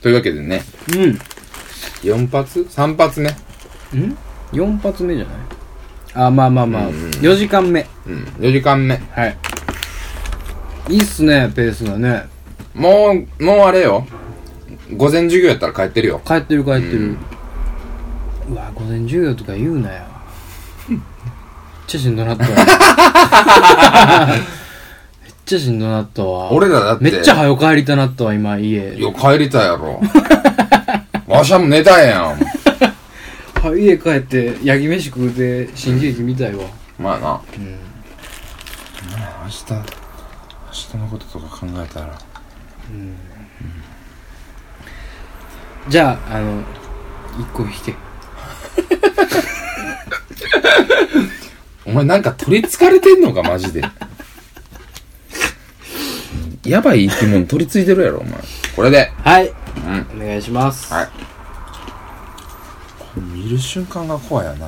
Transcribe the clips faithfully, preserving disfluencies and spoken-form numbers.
というわけでね。 うん。 よん発 ?さん 発目。ん ? よん 発目じゃない？あ、まあまあまあ、うんうん、よじかんめ。 うん、よじかんめ。 はい。いいっすね、ペースがね。 もう、もうあれよ。午前授業やったら帰ってるよ。 帰ってる帰ってる。うん、うわ、午前授業とか言うなよ。めっちゃしんどなったわ。めっちゃしんどなったわ。 俺らだって。 めっちゃ早帰りたなったわ、今、家。 いや、帰りたやろ。わしゃも寝たやん。 家帰って焼き飯食うて新喜劇見たいわ。 まあな、 うん、 明日明日のこととか考えたら、うんうん、 じゃああの一個引け。 お前なんか取りつかれてんのかマジで。やばい生き物取り付いてるやろお前。これではい、 うん、 お願いします。 はい。見る瞬間が怖いやな。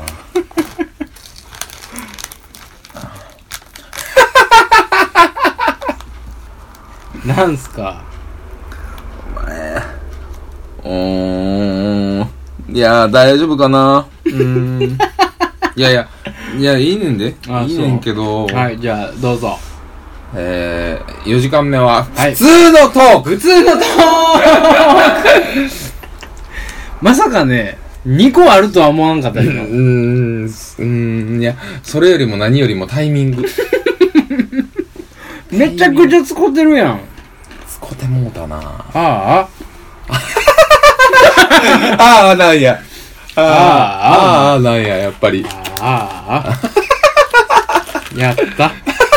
なんすかお前。うーん。いや大丈夫かな。うーん。いやいやいやいいねんで。あいいねんけど。 はい、じゃあどうぞ。 えー、よじかんめは普通のトーク、 はい、普通のトーク。まさかね。にこあるとは思わんかったよ。うーん、うーん、いや、それよりも何よりもタイミング。 めちゃくちゃ使ってるやん。 使ってもうたな。 ああ。 ああ、なんや。ああ、ああ、なんや、やっぱり。 ああ。やった。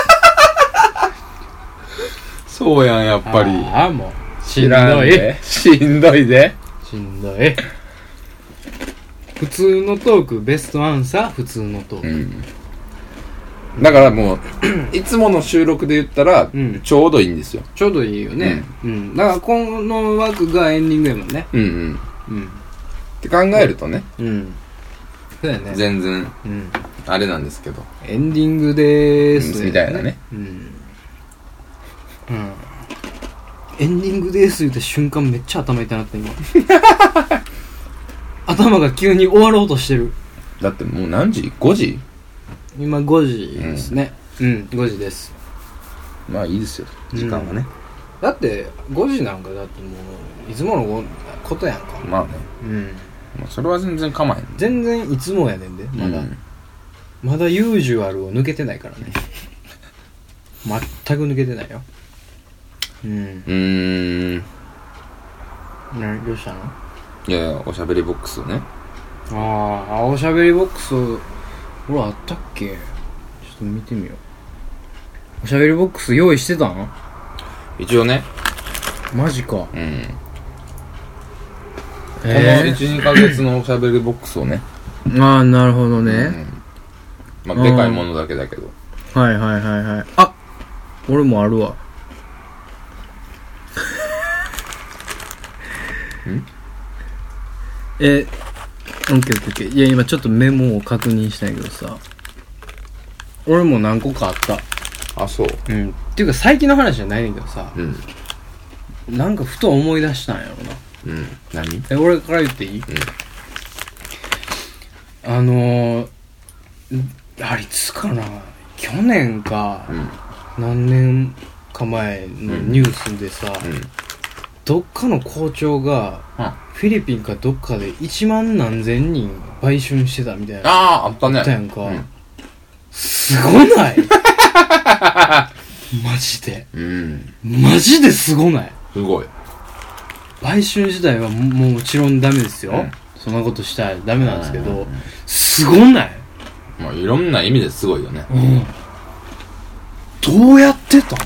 そうやん、やっぱり。 ああ、もう。しんどい。 しんどいで。 しんどい。普通のトーク、ベストアンサー、普通のトーク。 うん、だからもう、いつもの収録で言ったら、うん、ちょうどいいんですよ。 ちょうどいいよね。うん。うん、だからこの枠がエンディングやもんね。 うんうん。うん。って考えるとね。うん。 そうやね。 全然、うん、あれなんですけど。 エンディングでーす、ね。 みたいなね。 うん。うん。エンディングでーす言った瞬間めっちゃ頭痛なった今。頭が急に終わろうとしてる。 だってもう何時 ?ご 時今ごじですね。うん、うん、ごじです。 まあいいですよ、時間はね。 うん、だってごじなんかだってもういつものことやんか。 まあね。うん。まあ、それは全然構えん。 全然いつもやねんで、まだ。うん、まだユージュアルを抜けてないからね。全く抜けてないよ。うん。うーん。何どうしたの？ いやいや、おしゃべりボックスね。 ああ、おしゃべりボックス、ほらあったっけ？ちょっと見てみよう。おしゃべりボックス用意してたの？ 一応ね。 マジか。うん。 このいち、にかげつのおしゃべりボックスをね。 ああ、なるほどね。うん、 まあ、でかいものだけだけど。 はいはいはいはい。あ、俺もあるわ。ん？え、オッケーオッケーオッケー。いや、今ちょっとメモを確認したんやけどさ。俺も何個かあった。 あ、そう。 うん。っていうか最近の話じゃないねんけどさ。うん。なんかふと思い出したんやろな。 うん。何？ え、俺から言っていい？うん。あのー、あれいつかな、去年か、うん、何年か前のニュースでさ、うんうん、どっかの校長が、うん、フィリピンかどっかでいちまん何千人売春してたみたいな。 ああ、あったね。 あったやんか。うん、すごない？マジで。うん。マジですごない？ すごい。 売春自体は も, もちろんダメですよ、うん、そんなことしたらダメなんですけど、うんうんうん、すごない？ まあいろんな意味ですごいよね、 うん、どうやってた？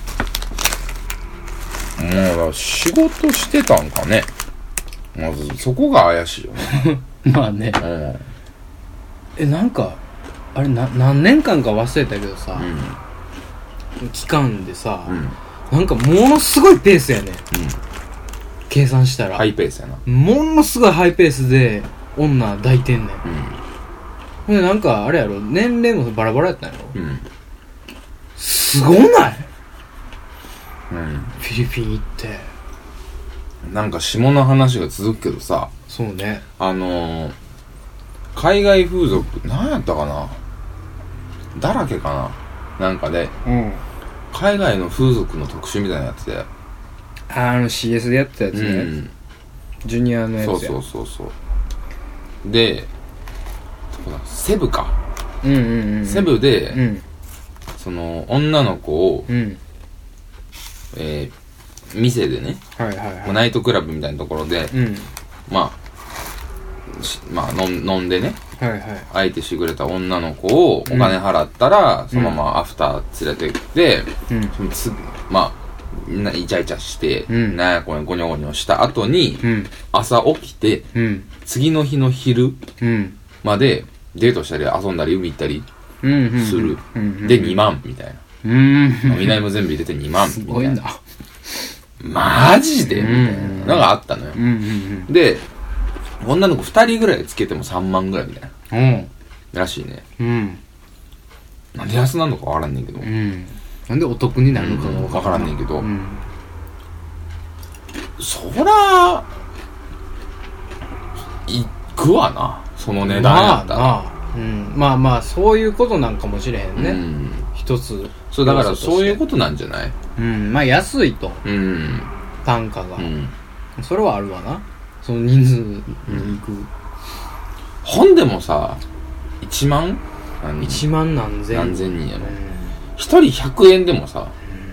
もう仕事してたんかね。まずそこが怪しいよね。 まあね、うん、えなんかあれな何年間か忘れたけどさ、うん、期間でさ、うん、なんかものすごいペースやね、うん、計算したらハイペースやな。 ものすごいハイペースで女抱いてんねん、うん、でなんかあれやろ、年齢もバラバラやったんやろ、うん、すごない？うん、フィリピン行ってなんか下の話が続くけどさ、 そうね。 あのー、海外風俗、なんやったかな、だらけかな、なんかで、 うん。 海外の風俗の特集みたいなやつで、 あ、あの シーエス でやってたやつね。うん、ジュニアのやつや。 そうそうそうそう。で、セブか。 うんうんうんうん、 セブで、 うん、その女の子を、 うん、 えー、店でね、 はいはいはい、 ナイトクラブみたいなところで、 うん、 まあまあ飲ん、飲んでね、 はいはい、 相手してくれた女の子をお金払ったら、うん、そのままアフター連れてって、うん、つまあイチャイチャして、うん、なんやこれゴニョゴニョした後に、うん、朝起きて、うん、次の日の昼までデートしたり遊んだり海行ったりする、うんうんうん、でにまんみたいな、うん、みなりも全部入れてにまんみたいな、すごいな、マジでみたいなのがあったのよ、うんうんうん、で女の子ふたりぐらいつけてもさんまんぐらいみたいな、うん、らしいね、うん、なんで安なのかわからんねんけど、うん、 なんでお得になるのかがわからんねんけど、うん、そら行くわな、その値段やったら、まあな、 うん、まあまあそういうことなんかもしれへんね、うん、一つ、 そうだからそういうことなんじゃない、 うん、まあ安いと、うん、単価が、うん、それはあるわな、その人数に行く、うん、 本でもさいちまんいちまん何千何千人やろ、うん、ひとりひゃくえんでもさ、うん、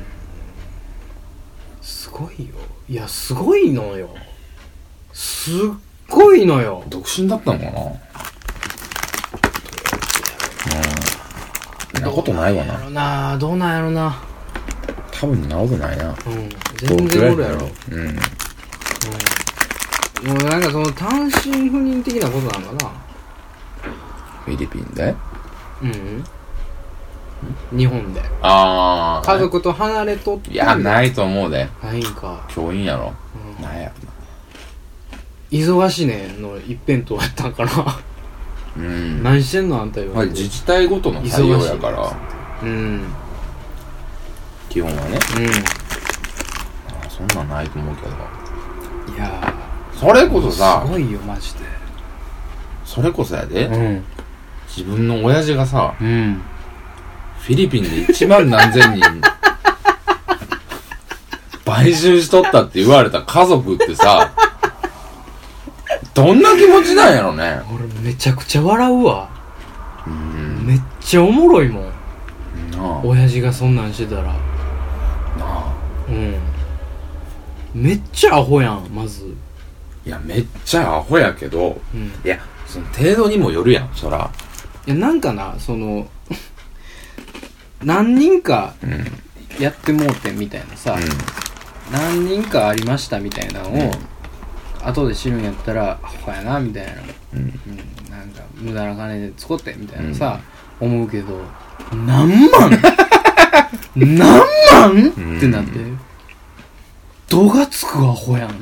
すごいよ、いやすごいのよ、すっごいのよ、 独身だったのかな、うん、なことないわな、 どうなんやろな、どうなんやろな、 多分なことないな、うん、 全然おるやろ、うん、うん、もうなんかその単身赴任的なことなんかな、 フィリピンで、 うん、うん、日本で、 ああ家族と離れとって、 いやないと思うで、 ないんか、 教員やろ、うん、なんやろな、 忙しいねんの一辺倒やったんかな、うん、何してんのあんたよ、 はい、自治体ごとの採用やから、うん、基本はね、うん、あそんなんないと思うけど、いやそれこそさ、 すごいよマジで、 それこそやで、うん、自分の親父がさ、うん、フィリピンでいちまん何千人買収しとったって言われた家族ってさどんな気持ちなんやろね。 俺めちゃくちゃ笑うわ、うん、めっちゃおもろいもんなあ、親父がそんなんしてたらなあ、うん、めっちゃアホやん、まず、 いやめっちゃアホやけど、うん、いやその程度にもよるやん、そら、 いやなんかな、その何人かやってもうてみたいなさ、うん、何人かありましたみたいなのを、うん、後で知るんやったらアホやなみたいな、うんうん、なんか無駄な金で使ってみたいなさ、うん、思うけど何万何万、うん、ってなって度がつくアホやんって、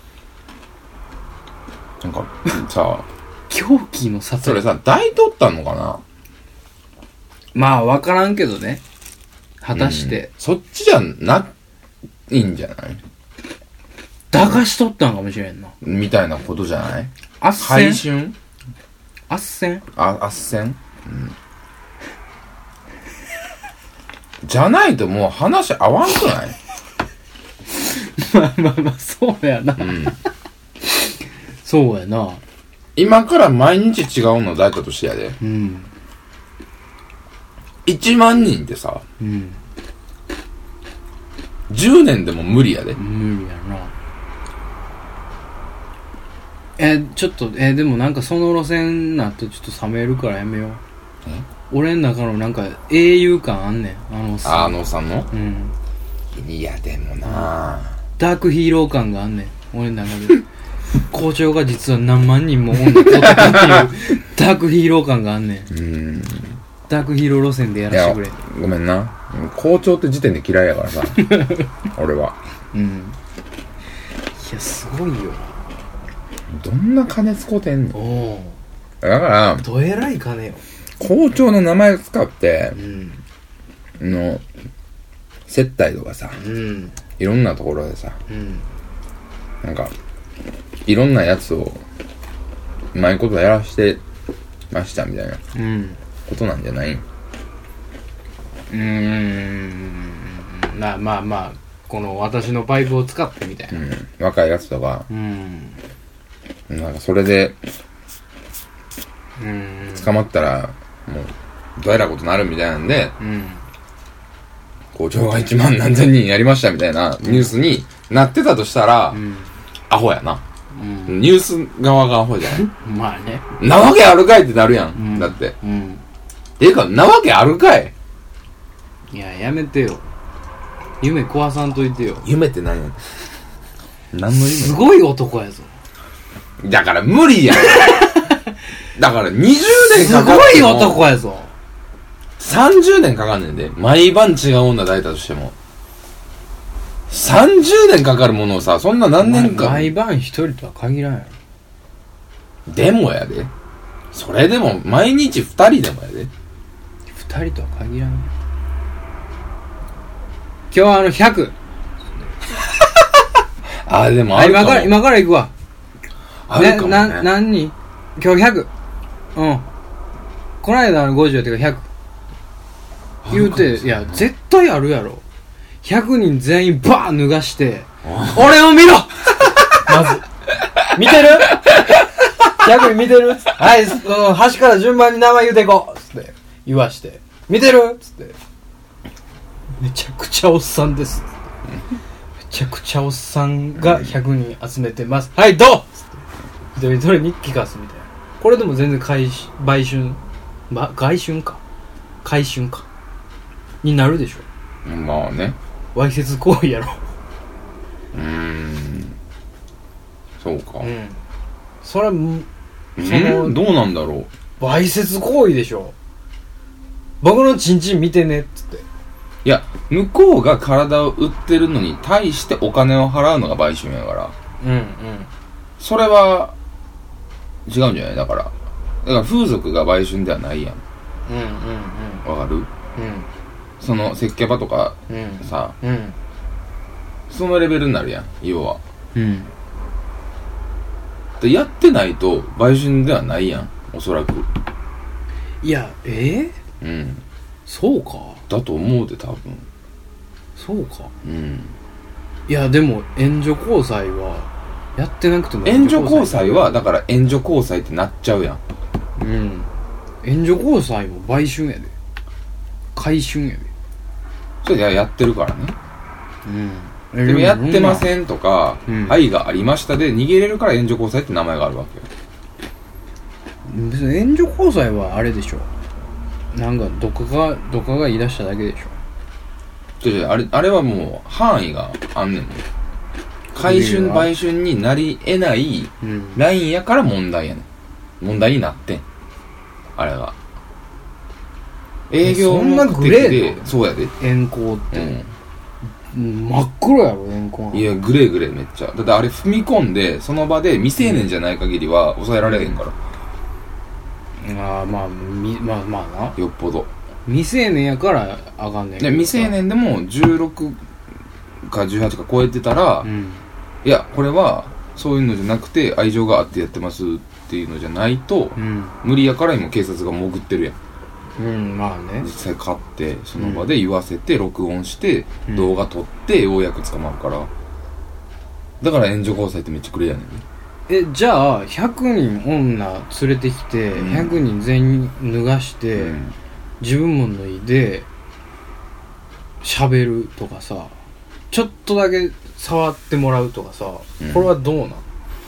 なんかさ狂気のさ、 それさ抱いとったのかな、 まあ分からんけどね、果たして、うん、 そっちじゃないんじゃない、 駄菓しとったんかもしれんなみたいなことじゃない、 あっせん、 配信あっせんあ、あっせん、うん、じゃないともう話合わんくないまあまあまあそうやな、うん、そうやな、 今から毎日違うの抱いたとしてやで、うん、いちまん人ってさ、うん、じゅうねんでも無理やで、 無理やな、えちょっとえでもなんかその路線になってちょっと冷めるからやめよう、俺の中のなんか英雄感あんねん、あのさん、あのさんの、うん、いやでもなダークヒーロー感があんねん俺の中で校長が実は何万人も女取ってたっていうダークヒーロー感があんねん、うん、ダークヒーロー路線でやらせてくれ。 ごめんな、校長って時点で嫌いやからさ俺は、うん、いやすごいよ、 どんな金使うてんの、おだからどえらい金よ、 校長の名前使って、うん、の接待とかさ、うん、いろんなところでさ、うん、 なんかいろんなやつをうまいことやらしてましたみたいなことなんじゃない？ うーん、まあまあまあこの私のパイプを使ってみたいな、 うん、若いやつとか、 うん、 なんかそれでうん捕まったらもうどえらいことなるみたいなんで、 うん、 校長がいちまん何千人やりましたみたいなニュースになってたとしたら、うん、アホやな、うん、ニュース側がアホじゃないまあね、 なわけあるかいってなるやん、うん、だって、うん、ていうかなわけあるかい。 いややめてよ、夢壊さんといてよ。 夢って何やねん。何の夢？ すごい男やぞ。 だから無理やんだからにじゅうねんかかってもすごい男やぞ。 さんじゅうねんかかんねんで。毎晩違う女抱いたとしてもさんじゅうねんかかるものをさ、そんな何年か毎晩一人とは限らんやろ。でもやで、それでも毎日二人でもやで。 二人とは限らんや。今日はあのひゃくあ、でもあるかも。 今から今から行くわ。 あるかもね。 な、な、何人？今日ひゃく。うん。この間のごじゅうやってかひゃく。言うて、いや、絶対あるやろ。ひゃくにん全員バーン脱がして、俺を見ろまず。見てる ?ひゃく 人見てるはい、うん、端から順番に名前言うていこうつって言わして。見てるつって。めちゃくちゃおっさんですめちゃくちゃおっさんがひゃくにん集めてます、はいどうつってどれに聞かすみたいな。これでも全然回売春、ま、外春か回春かになるでしょ。 まあね、 わいせつ行為やろ。 うーん、そうか、うん、 それはそのどうなんだろう、わいせつ行為でしょ。僕のチンチン見てねっつって。 いや、向こうが体を売ってるのに対してお金を払うのが売春やから。うんうん。それは違うんじゃない？だからだから風俗が売春ではないやん。うんうんうん。わかる？うん。その接客場とか、うん、さ、うん、そのレベルになるやん、要は。うん。でやってないと売春ではないやん、おそらく。 いや、えー、うん。そうか。 だと思うで、多分。 そうか。うん。いや、でも援助交際はやってなくても援助交際はだから援助交際ってなっちゃうやん。 うん。援助交際も売春やで。回春やで。 それでやってるからね。うん。でもやってませんとか、うん、愛がありましたで逃げれるから援助交際って名前があるわけよ。 別に援助交際はあれでしょ。なんかどっかがどっかが言い出しただけでしょ。 違う違う、あれあれはもう範囲があんねんもん。回春売春になり得ないラインやから問題やねん。問題になってん。あれが。営業目的で、そうやで。 遠行って、うん、真っ黒やろ遠行。 いやグレーグレーめっちゃ。だってあれ踏み込んでその場で未成年じゃない限りは抑えられへんから。 うん、ああまあみまあまあな。 よっぽど。 未成年やからあかんねん。 で未成年でもじゅうろくかじゅうはちか超えてたら、うん、いやこれはそういうのじゃなくて愛情があってやってますっていうのじゃないと、うん、無理やから今警察が潜ってるやん。うんまあね。実際買ってその場で言わせて、うん、録音して動画撮ってようやく捕まるから。だから援助交際ってめっちゃクレアやねんね。 えじゃあひゃくにん女連れてきて、うん、ひゃくにん全員脱がして、うん、自分も脱いで喋るとかさ、ちょっとだけ触ってもらうとかさ、うん、これはどうなん？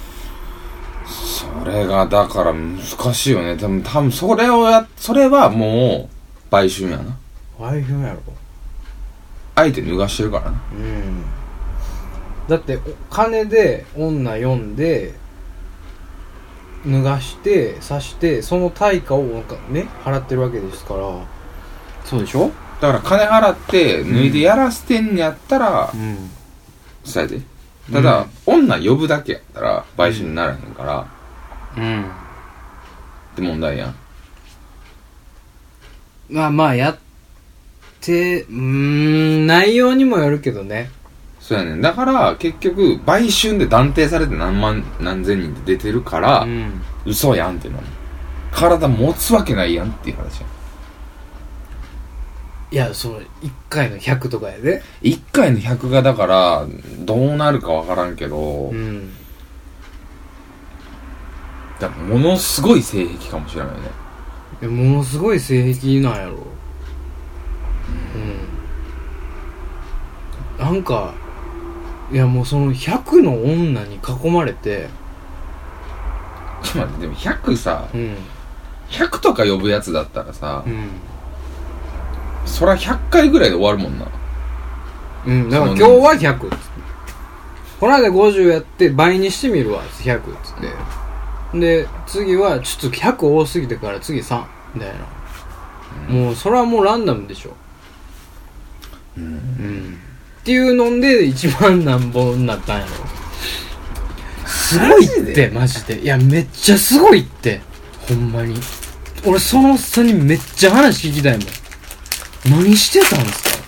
それがだから難しいよね。多分多分それをやそれはもう売春やな。 売春やろ。 相手脱がしてるからな。うん。 だって金で女呼んで脱がして刺してその対価をね払ってるわけですから。そうでしょ？ だから金払って脱いでやらせてんやったら、うん、そうやで。ただ、うん、女呼ぶだけやったら売春にならへんから、うん、って問題やん。 まあまあやってうーん内容にもよるけどね。 そうやねん。だから結局売春で断定されて何万何千人で出てるから、うん、嘘やんってなる。体持つわけないやんっていう話やん。 いや、そう、いっかいのひゃくとかやで。 いっかいのひゃくがだからどうなるかわからんけど、うん、だからものすごい性癖かもしれないね。 いや、ものすごい性癖なんやろ。うん、なんかいや、もうそのひゃくの女に囲まれて、 ちょっと待って、でもひゃくさ、うん、ひゃくとか呼ぶやつだったらさ、うん、そらひゃっかいぐらいで終わるもんな。 うん、だから今日はひゃくっつって、この間ごじゅうやって倍にしてみるわひゃくっつって、で次はちょっとひゃく多すぎてから次さんみたいな、うん、もうそれはもうランダムでしょ。うん、うん、っていうのでいちまん何本になったんやろ。すごいってマジで。いや、めっちゃすごいって、ほんまに。俺そのおっさんにめっちゃ話聞きたいもん。何してたんですか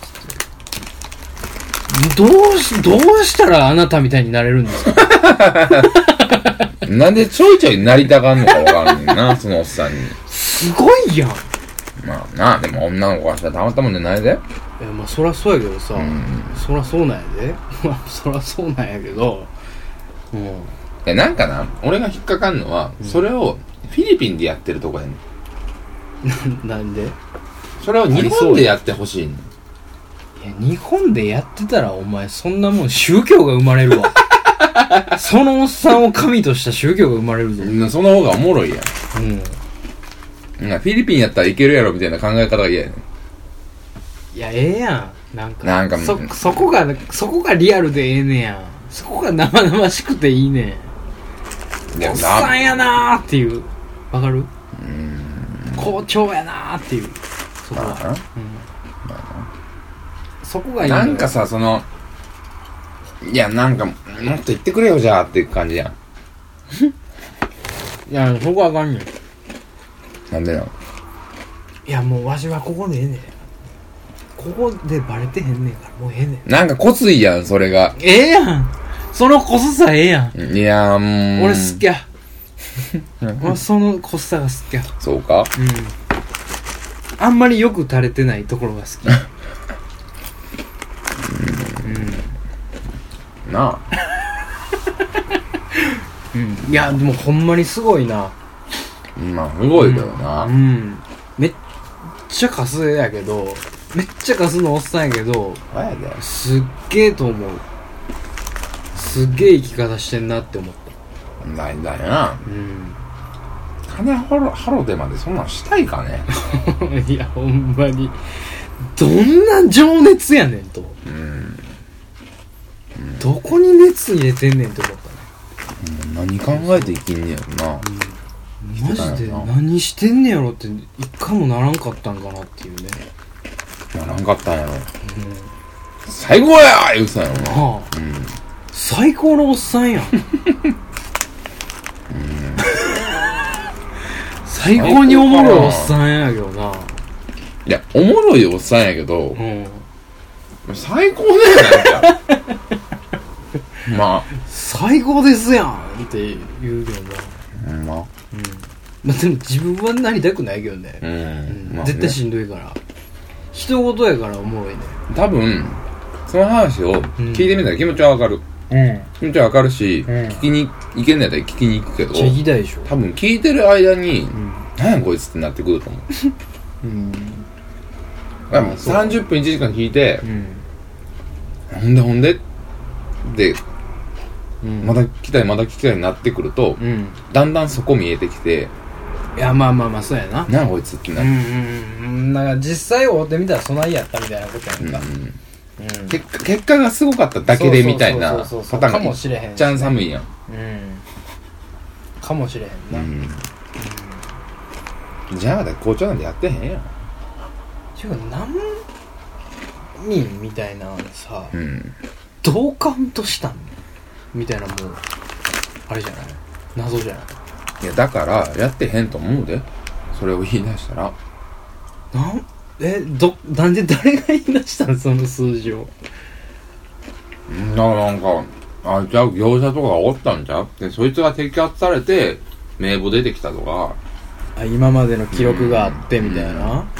って。どうしどうしたらあなたみたいになれるんですかなんでちょいちょいなりたがんのかわからんねんなそのおっさんに。 すごいやん。 まあな、でも女の子がしたらたまったもんでないで。 いや、まあそらそうやけどさ、うん、そらそうなんやで。まあそらそうなんやけど、 うん、え、なんかな、俺が引っかかんのは、うん、それをフィリピンでやってるとこやねん。な, なんでそれを日本でやってほしいねん。 いや、日本でやってたらお前そんなもん宗教が生まれるわ。そのおっさんを神とした宗教が生まれるぞ。 その方がおもろいやん。うん。フィリピンやったらいけるやろみたいな考え方が嫌やねん。いや、ええやん。なんか、 なんかそ、そこが、そこがリアルでええねやん。そこが生々しくていいねん。おっさんやなーっていう。わかる？うーん。校長やなーっていう。そこは。まあ、うん。まあ、そこがいい。 なんかさ、その、いや、なんか、もっと言ってくれよ、じゃあっていう感じやん。 いや、そこはあかんねん。 なんでなの？ いや、もうわしはここでええねん。ここでバレてへんねんから、もうええねん。 なんかこついやん、それが。 ええやん。そのこそさええやん。 いやー、もう。 俺好きや。俺そのこそさが好きや。 そうか？うん。 あんまりよく垂れてないところが好き。うん。うん、なあ。うん。いや、でもほんまにすごいな。 まあ、すごいけどな。 うん。うん、めっちゃカスやけど、めっちゃカスのおっさんやけど、すっげえと思う。すっげえ生き方してんなって思った。 ないだよな。うん。金ハロ、ハロでまでそんなんしたいかね。 いや、ほんまに。どんな情熱やねんと。うん。うん、どこに熱入れてんねんって思ったね。うん、何考えて生きんねやろな。うん、 マジで何してんねやろって一回もならんかったんかなっていうね。 ならんかったんやろ。うん、最高や言うてたんやろな。ああ、うん、 最高のおっさんやん。うん、最高におもろいおっさんやけどな。 いや、おもろいおっさんやけど、うん、最高だよなんか。まあ最高ですやんって言うけどな。まあ、うん、まあでも自分はなりたくないけどね。うん、うん、まあね、絶対しんどいから。人事やからおもろいね。 多分その話を聞いてみたら気持ちはわかる。うん、気持ちはわかるし、うん、聞きに行けんのやったら聞きに行くけど、 聞きたいでしょ。 多分聞いてる間に、うん、何やこいつってなってくると思う。うん。だからさんじゅっぷんいちじかん聞いて、うん、ほんでほんでで、うん、まだ聞きたいまだ聞きたいになってくると、うん、だんだんそこ見えてきて、 いや、まあまあまあそうやな。 なんこいつってなる。うんうんうん。なんか実際会ってみたらそないやったみたいなことやんか。うん。 うん、結果結果がすごかっただけでみたいなパターンがかもしれへん、 ね。ちゃん寒いやん。うん。 かもしれへんな。うん。 うん、じゃあだ校長なんてやってへんやん。 ていうか何人みたいなさ、うん、どうカウントしたんみたいな、もうあれじゃない？謎じゃない？ いやだからやってへんと思うで。それを言い出したら。 なんえどなんで誰が言い出したんその数字を。 だからなんかあじゃあ業者とかがおったんじゃでそいつが摘発されて名簿出てきたとかあ今までの記録があってみたいな、うん、あ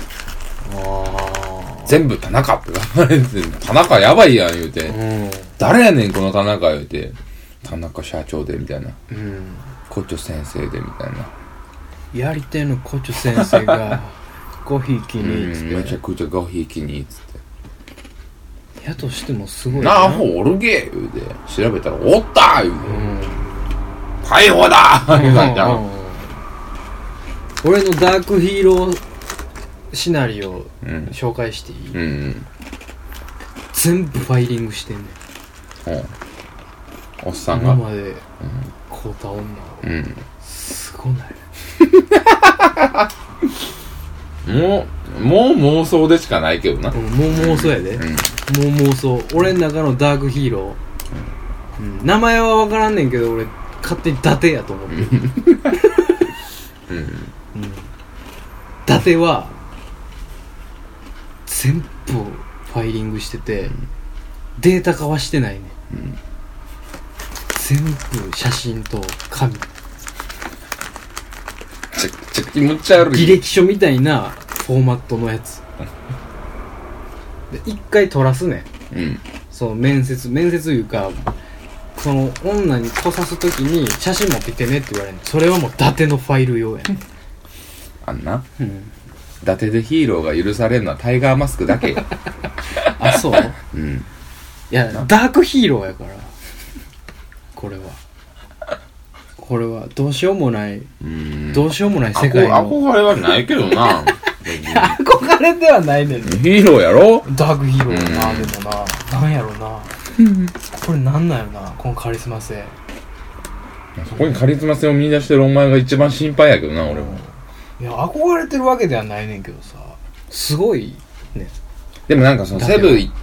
全部田中って言われて田中やばいやん言うて、うん、誰やねんこの田中言うて田中社長でみたいな、うん、校長先生でみたいなやり手の校長先生がごひいきにつって、 うん、めちゃくちゃごひいきにつってやとしてもすごいなあほおるげ言うて調べたらおった言うて、うん、逮捕だ言うたんじゃん、うん、 俺のダークヒーローシナリオ紹介していい、うんうん、全部ファイリングしてんねん、うん、 おっさんが今までこうた女を、うん、すごないもうもう妄想でしかないけどな、うん、 もう妄想やで、うん、もう妄想俺の中のダークヒーロー、うんうん、名前は分からんねんけど俺勝手に伊達やと思ってる、うんうん、伊達は全部ファイリングしてて、うん、データ化はしてないね、うん、全部写真と紙めちゃくちゃ気持ち悪い履歴書みたいなフォーマットのやつで一回撮らすね、うん、その面接面接いうかその女に来さすときに写真持ってきてねって言われるそれはもう伊達のファイル用やねあんな、うん、伊達でヒーローが許されるのはタイガーマスクだけあそう、うん、いやダークヒーローやからこれはこれはどうしようもないうんどうしようもない世界の憧れはないけどな憧れではないねん、ね、 ヒーローやろダークヒーローやなでもななんやろなこれなんなんやろなこのカリスマ性そこにカリスマ性を見出してるお前が一番心配やけどな、うん、俺もいや憧れてるわけではないねんけどさすごいねでもなんかそのセブン行って、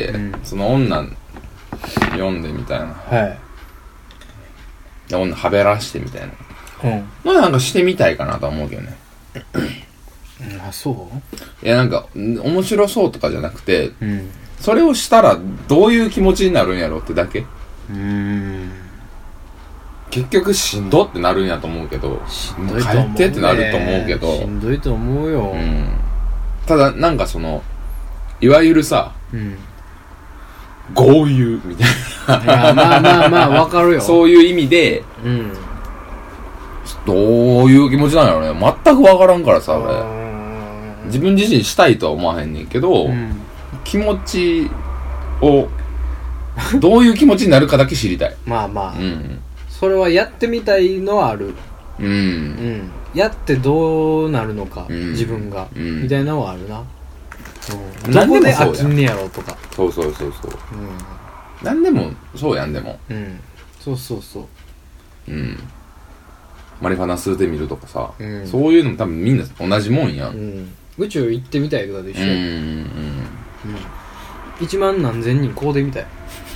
うん、その女読んでみたいなはいで女はべらしてみたいなうんまあなんかしてみたいかなと思うけどねあそういやなんか面白そうとかじゃなくて、うん、それをしたらどういう気持ちになるんやろってだけうーん結局しんどってなるんやと思うけどしんどいと思う、ね、帰ってってなると思うけどしんどいと思うよ、うん、 ただなんかそのいわゆるさ、うん、豪遊みたいないやまあまあまあわかるよそういう意味で、うん、どういう気持ちなんやろね全くわからんからさ俺自分自身したいとは思わへんねんけど、うん、気持ちをどういう気持ちになるかだけ知りたいまあまあ、うん、それはやってみたいのはあるうん、うん、やってどうなるのか、うん、自分が、うん、みたいなのはあるな、うん、どこで飽きんねやろとかそうそうそうそう、うん、何でもそうやんでもうんそうそうそううんマリファナ吸うてみるとかさ、うん、そういうのも多分みんな同じもんやん、うん、 宇宙行ってみたいとかで一緒うんうんうんいちまん何千人こうでみたい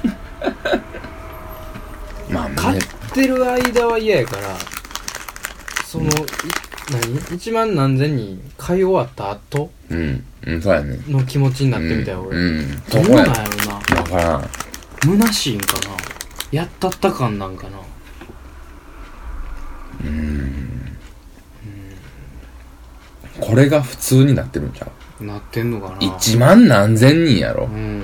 まあ買ってる間は嫌やからその、うん、何いちまん何千人買い終わった後うんうんそうやねの気持ちになってみたい、うん、俺、うん、どうなんやろな分からん虚しいんかなやったった感なんかなうーんこれが普通になってるんちゃうなってんのかないちまん何千人やろうん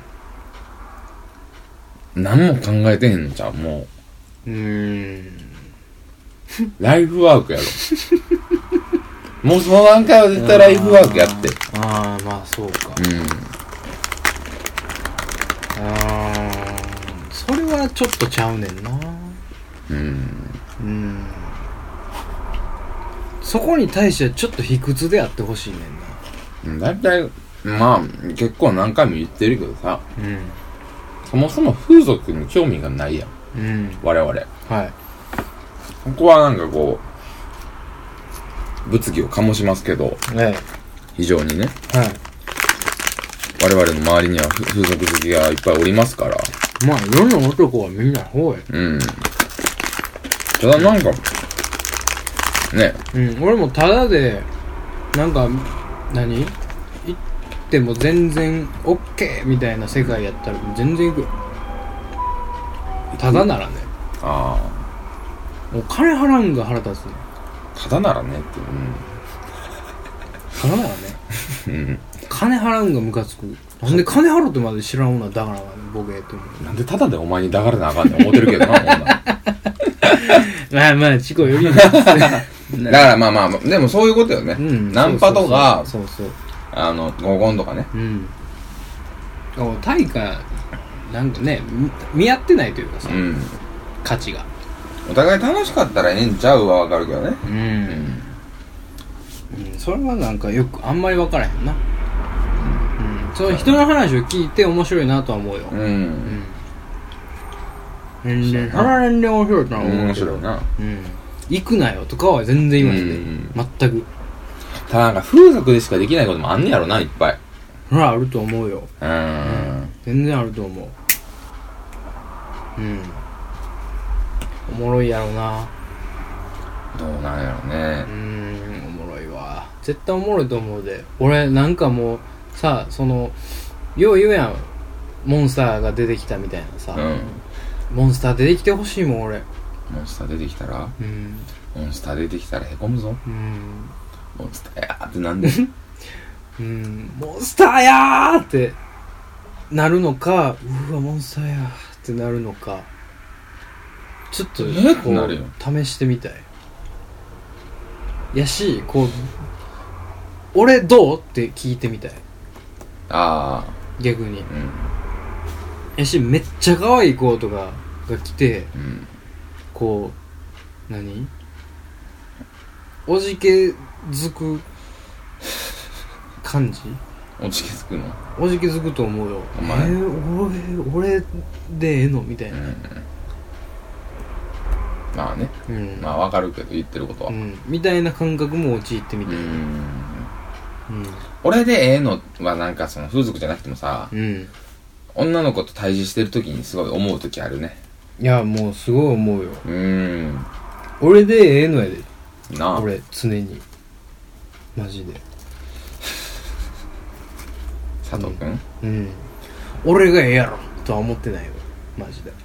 何も考えてへんのちゃうもううーんライフワークやろもうその段階は絶対ライフワークやってああまあそうかうんあーそれはちょっとちゃうねんなうんうんそこに対してはちょっと卑屈であってほしいねんなだいたいまあ結構何回も言ってるけどさ、うん、そもそも風俗に興味がないやん、うん、我々はいここはなんかこう物議を醸しますけど、はい、非常にね、はい、我々の周りには風俗好きがいっぱいおりますからまあ世の男はみんなほうやうんただなんかねうん俺もただでなんか何行っても全然 OK みたいな世界やったら全然行くよただならね。 ああ。もう金払うんが腹立つね。 ただならねって、 うん。ただならね。 うん。 金払うんがムカつく。なんで金払ってまで知らん女だからな、ボケって思う。 なんでただでお前にだからなあかんねん思ってるけどな、女。 まあまあ、チコよりも。 だからまあまあ、でもそういうことよね。うん、ナンパとか、 そうそうそう。 あの、合コンとかね。 うん。対価、なんかね、見合ってないというかさ、うん、価値が。 お互い楽しかったらええんちゃうはわかるけどね。 うん。うん。うん、それはなんかよくあんまりわからへんな。うん。その人の話を聞いて面白いなとは思うよ。うん。うん。年々、そら年々面白いとは思う。 面白いな。 うん。行くなよとかは全然言いますね。うん、全く。 ただなんか風俗でしかできないこともあんねやろな、いっぱい。 ほら、あると思うよ。 うん。うん、 全然あると思う。うん。おもろいやろな。 どうなんやろね。 うーん、おもろいわ。絶対おもろいと思うで。俺なんかもうさ、そのよう言うやん、モンスターが出てきたみたいなさ、うん、モンスター出てきてほしいもん俺。 モンスター出てきたら、 うん、 モンスター出てきたらへこむぞ。 うん、 モンスターやーってなんでうん、モンスターやーってなるのか、うわモンスターやーってなるのか、ちょっとこう試してみたい。やし、こう俺どうって聞いてみたい。 ああ、 逆に、うん、やし、めっちゃ可愛い子とかが来て、うん、こう何おじけづく感じ。 おじけづくの？ おじけづくと思うよ。お前、えー、俺俺でええのみたいな、うん、 まあね、うん、まあわかるけど言ってることは、うん、 みたいな感覚も陥ってみたい。うん、うん、 俺でええのはなんかその風俗じゃなくてもさ、うん、女の子と対峙してる時にすごい思う時あるね。 いやもうすごい思うよ。うん、俺でええのやでなあ。俺常にマジで佐藤くん、 うん、うん、俺がええやろとは思ってないよマジで。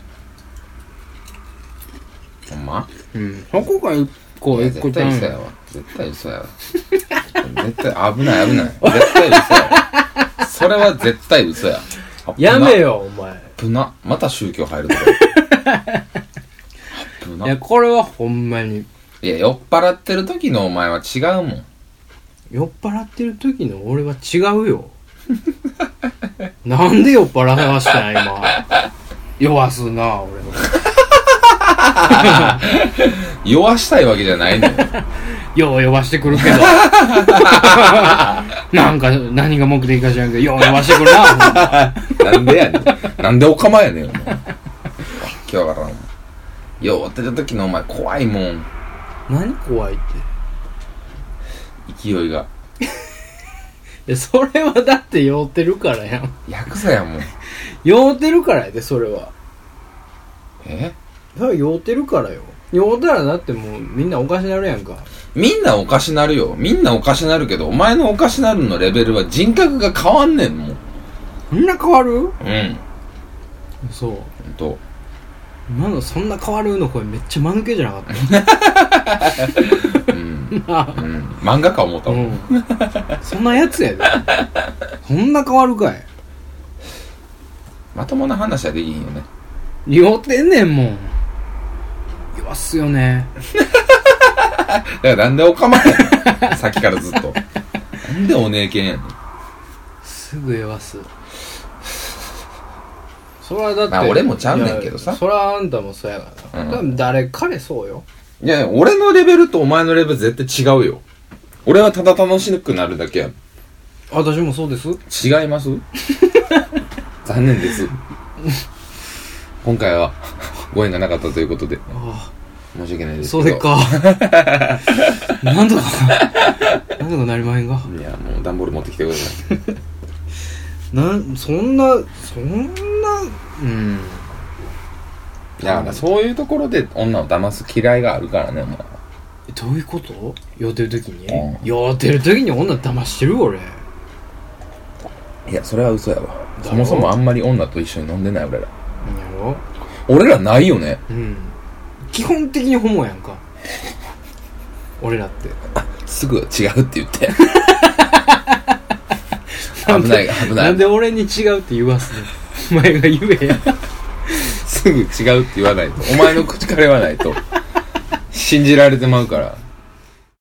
ほんま？ うん。そこが一個一個絶対嘘やわ。絶対嘘やわ。絶対危ない危ない。絶対嘘やわ。それは絶対嘘や。 やめよお前。 危な。また宗教入るとこ。危な。 いやこれはほんまに。 いや酔っ払ってる時のお前は違うもん。 酔っ払ってる時の俺は違うよ。なんで酔っ払わしたん今。酔わすな俺の。 酔わしたいわけじゃないのよ。 よう酔わしてくるけど。なんか何が目的か知らんけど、よう酔わしてくるな。 なんでやねん。なんでおかまやねんお前。今日から酔ってた時のお前怖いもん。 何怖いって。 勢いが。 いやそれはだって酔ってるからやん。 ヤクザやもん。 酔ってるからやでそれは。 え？ それは酔ってるからよ。酔ったらだってもうみんなおかしなるやんか。 みんなおかしなるよ。みんなおかしなるけど、お前のおかしなるのレベルは人格が変わんねんもん。 みんな変わる？うん。そう。 ほんと。 今のそんな変わるの声めっちゃ間抜けじゃなかったうん、うん、 漫画か思ったもん、うん、 そんなやつやでそんな変わるかい。 まともな話はできんよね。 酔ってんねんもん。酔わすよねだからなんでおかまやねんさっきからずっとなんでお姉けんやねん。 すぐ酔わす。それはだって、まあ、 俺もちゃうねんけどさ。 それはあんたもそうやからな、うん、誰彼そうよ。 いや俺のレベルとお前のレベル絶対違うよ。俺はただ楽しくなるだけや。 私もそうです。 違います残念です今回はご縁がなかったということでああ申し訳ないですけど。 そうでっかなんとかなんとかなりまへんが。 いやもう段ボール持ってきてくださいなんそんなそんなうんいやそういうところで女を騙す嫌いがあるからね。お前どういうこと？酔ってる時に、うん、酔ってる時に女騙してる俺。 いやそれは嘘やわ。そもそもあんまり女と一緒に飲んでない俺ら。 やろ俺らないよね。 うん。基本的にホモやんか。俺らって。 すぐ違うって言って。危ない危ない。 なんで俺に違うって言わすの？お前が言えや。 すぐ違うって言わないと。お前の口から言わないと。信じられてまうから。